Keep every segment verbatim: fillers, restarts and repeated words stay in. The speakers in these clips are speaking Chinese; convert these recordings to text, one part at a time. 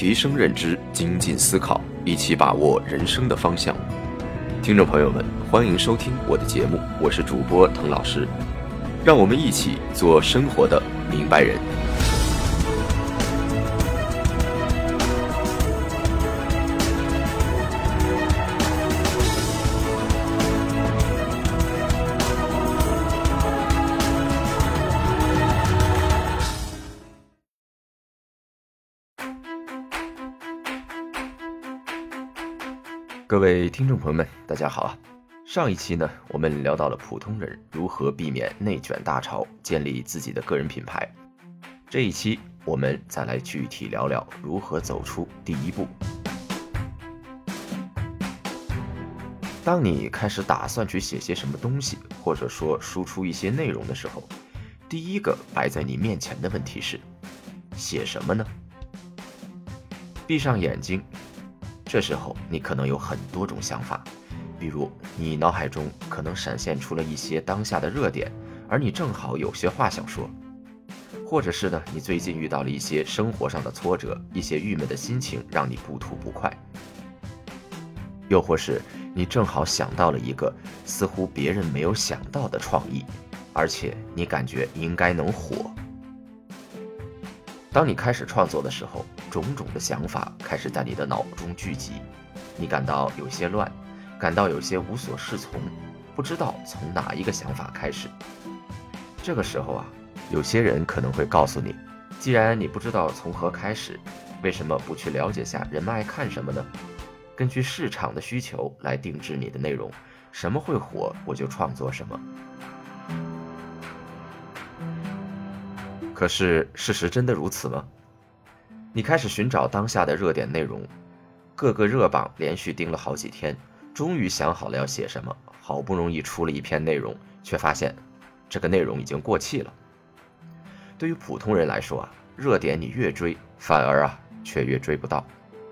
提升认知，精进思考，一起把握人生的方向。听众朋友们，欢迎收听我的节目，我是主播滕老师，让我们一起做生活的明白人。各位听众朋友们，大家好啊！上一期呢，我们聊到了普通人如何避免内卷大潮，建立自己的个人品牌。这一期我们再来具体聊聊如何走出第一步。当你开始打算去写些什么东西，或者说输出一些内容的时候，第一个摆在你面前的问题是：写什么呢？闭上眼睛。这时候你可能有很多种想法，比如你脑海中可能闪现出了一些当下的热点，而你正好有些话想说，或者是呢，你最近遇到了一些生活上的挫折，一些郁闷的心情让你不吐不快，又或是你正好想到了一个似乎别人没有想到的创意，而且你感觉应该能火。当你开始创作的时候，种种的想法开始在你的脑中聚集，你感到有些乱，感到有些无所适从，不知道从哪一个想法开始。这个时候啊，有些人可能会告诉你，既然你不知道从何开始，为什么不去了解下人们爱看什么呢？根据市场的需求来定制你的内容，什么会火我就创作什么。可是事实真的如此吗？你开始寻找当下的热点内容，各个热榜连续盯了好几天，终于想好了要写什么，好不容易出了一篇内容，却发现这个内容已经过气了。对于普通人来说啊，热点你越追，反而啊却越追不到。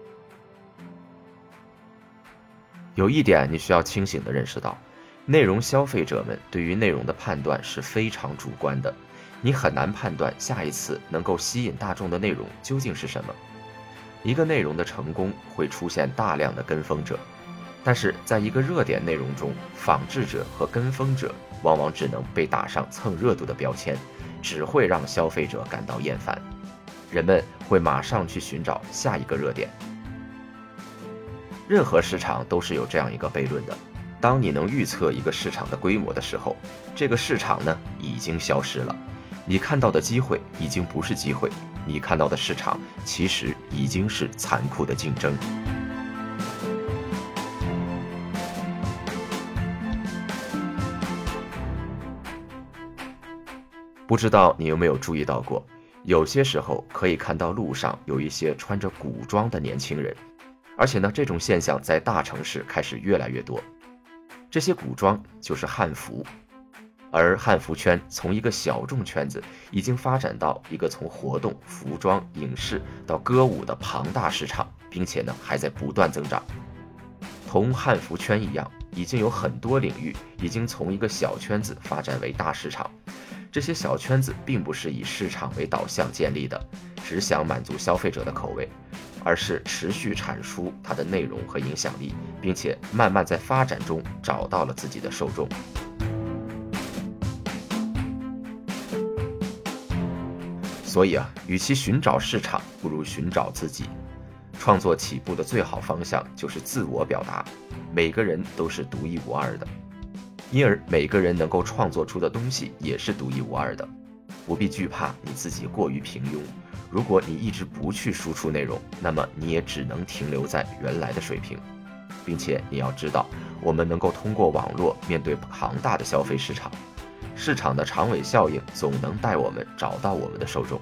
有一点你需要清醒地认识到，内容消费者们对于内容的判断是非常主观的。你很难判断下一次能够吸引大众的内容究竟是什么。一个内容的成功会出现大量的跟风者，但是在一个热点内容中，仿制者和跟风者往往只能被打上蹭热度的标签，只会让消费者感到厌烦。人们会马上去寻找下一个热点。任何市场都是有这样一个悖论的：当你能预测一个市场的规模的时候，这个市场呢已经消失了。你看到的机会已经不是机会，你看到的市场其实已经是残酷的竞争。不知道你有没有注意到过，有些时候可以看到路上有一些穿着古装的年轻人，而且呢，这种现象在大城市开始越来越多。这些古装就是汉服。而汉服圈从一个小众圈子已经发展到一个从活动、服装、影视到歌舞的庞大市场，并且呢还在不断增长。同汉服圈一样，已经有很多领域已经从一个小圈子发展为大市场。这些小圈子并不是以市场为导向建立的，只想满足消费者的口味，而是持续阐述它的内容和影响力，并且慢慢在发展中找到了自己的受众。所以啊，与其寻找市场，不如寻找自己。创作起步的最好方向就是自我表达，每个人都是独一无二的，因而每个人能够创作出的东西也是独一无二的。不必惧怕你自己过于平庸，如果你一直不去输出内容，那么你也只能停留在原来的水平。并且你要知道，我们能够通过网络面对庞大的消费市场，市场的长尾效应总能带我们找到我们的受众。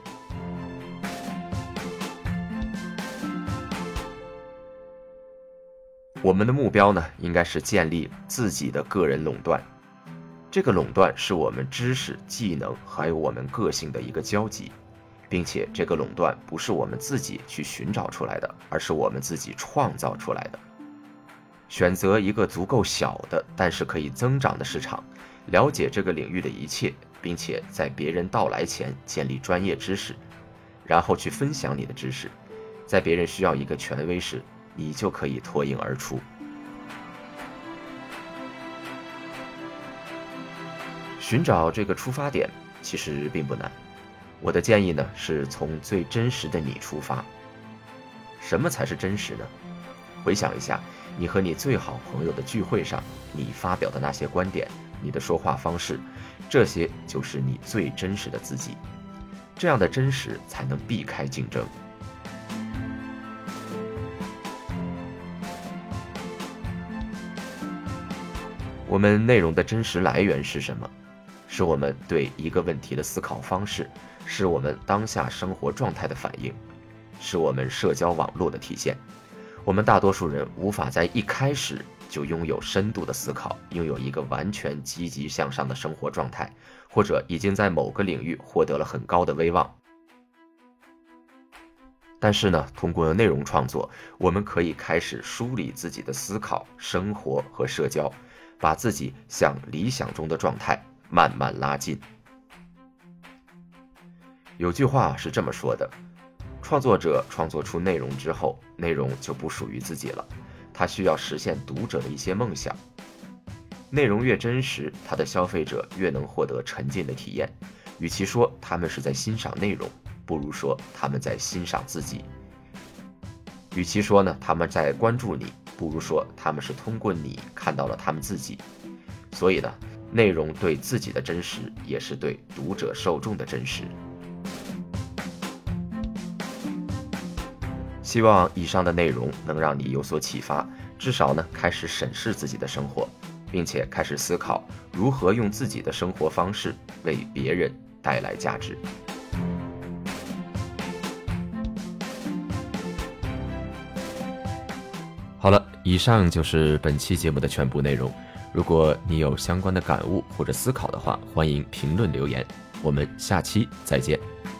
我们的目标呢，应该是建立自己的个人垄断。这个垄断是我们知识、技能还有我们个性的一个交集，并且这个垄断不是我们自己去寻找出来的，而是我们自己创造出来的。选择一个足够小的但是可以增长的市场，了解这个领域的一切，并且在别人到来前建立专业知识，然后去分享你的知识， 在别人需要一个权威时，你就可以脱颖而出。寻找这个出发点其实并不难，我的建议呢是从最真实的你出发。什么才是真实呢？回想一下，你和你最好朋友的聚会上，你发表的那些观点，你的说话方式，这些就是你最真实的自己。这样的真实才能避开竞争。我们内容的真实来源是什么？是我们对一个问题的思考方式，是我们当下生活状态的反应，是我们社交网络的体现。我们大多数人无法在一开始就拥有深度的思考，拥有一个完全积极向上的生活状态，或者已经在某个领域获得了很高的威望。但是呢，通过内容创作，我们可以开始梳理自己的思考、生活和社交，把自己向理想中的状态慢慢拉近。有句话是这么说的：创作者创作出内容之后，内容就不属于自己了，他需要实现读者的一些梦想。内容越真实，他的消费者越能获得沉浸的体验。与其说他们是在欣赏内容，不如说他们在欣赏自己。与其说呢他们在关注你，不如说他们是通过你看到了他们自己。所以呢，内容对自己的真实，也是对读者受众的真实。希望以上的内容能让你有所启发，至少呢开始审视自己的生活，并且开始思考如何用自己的生活方式为别人带来价值。好了，以上就是本期节目的全部内容。如果你有相关的感悟或者思考的话，欢迎评论留言。我们下期再见。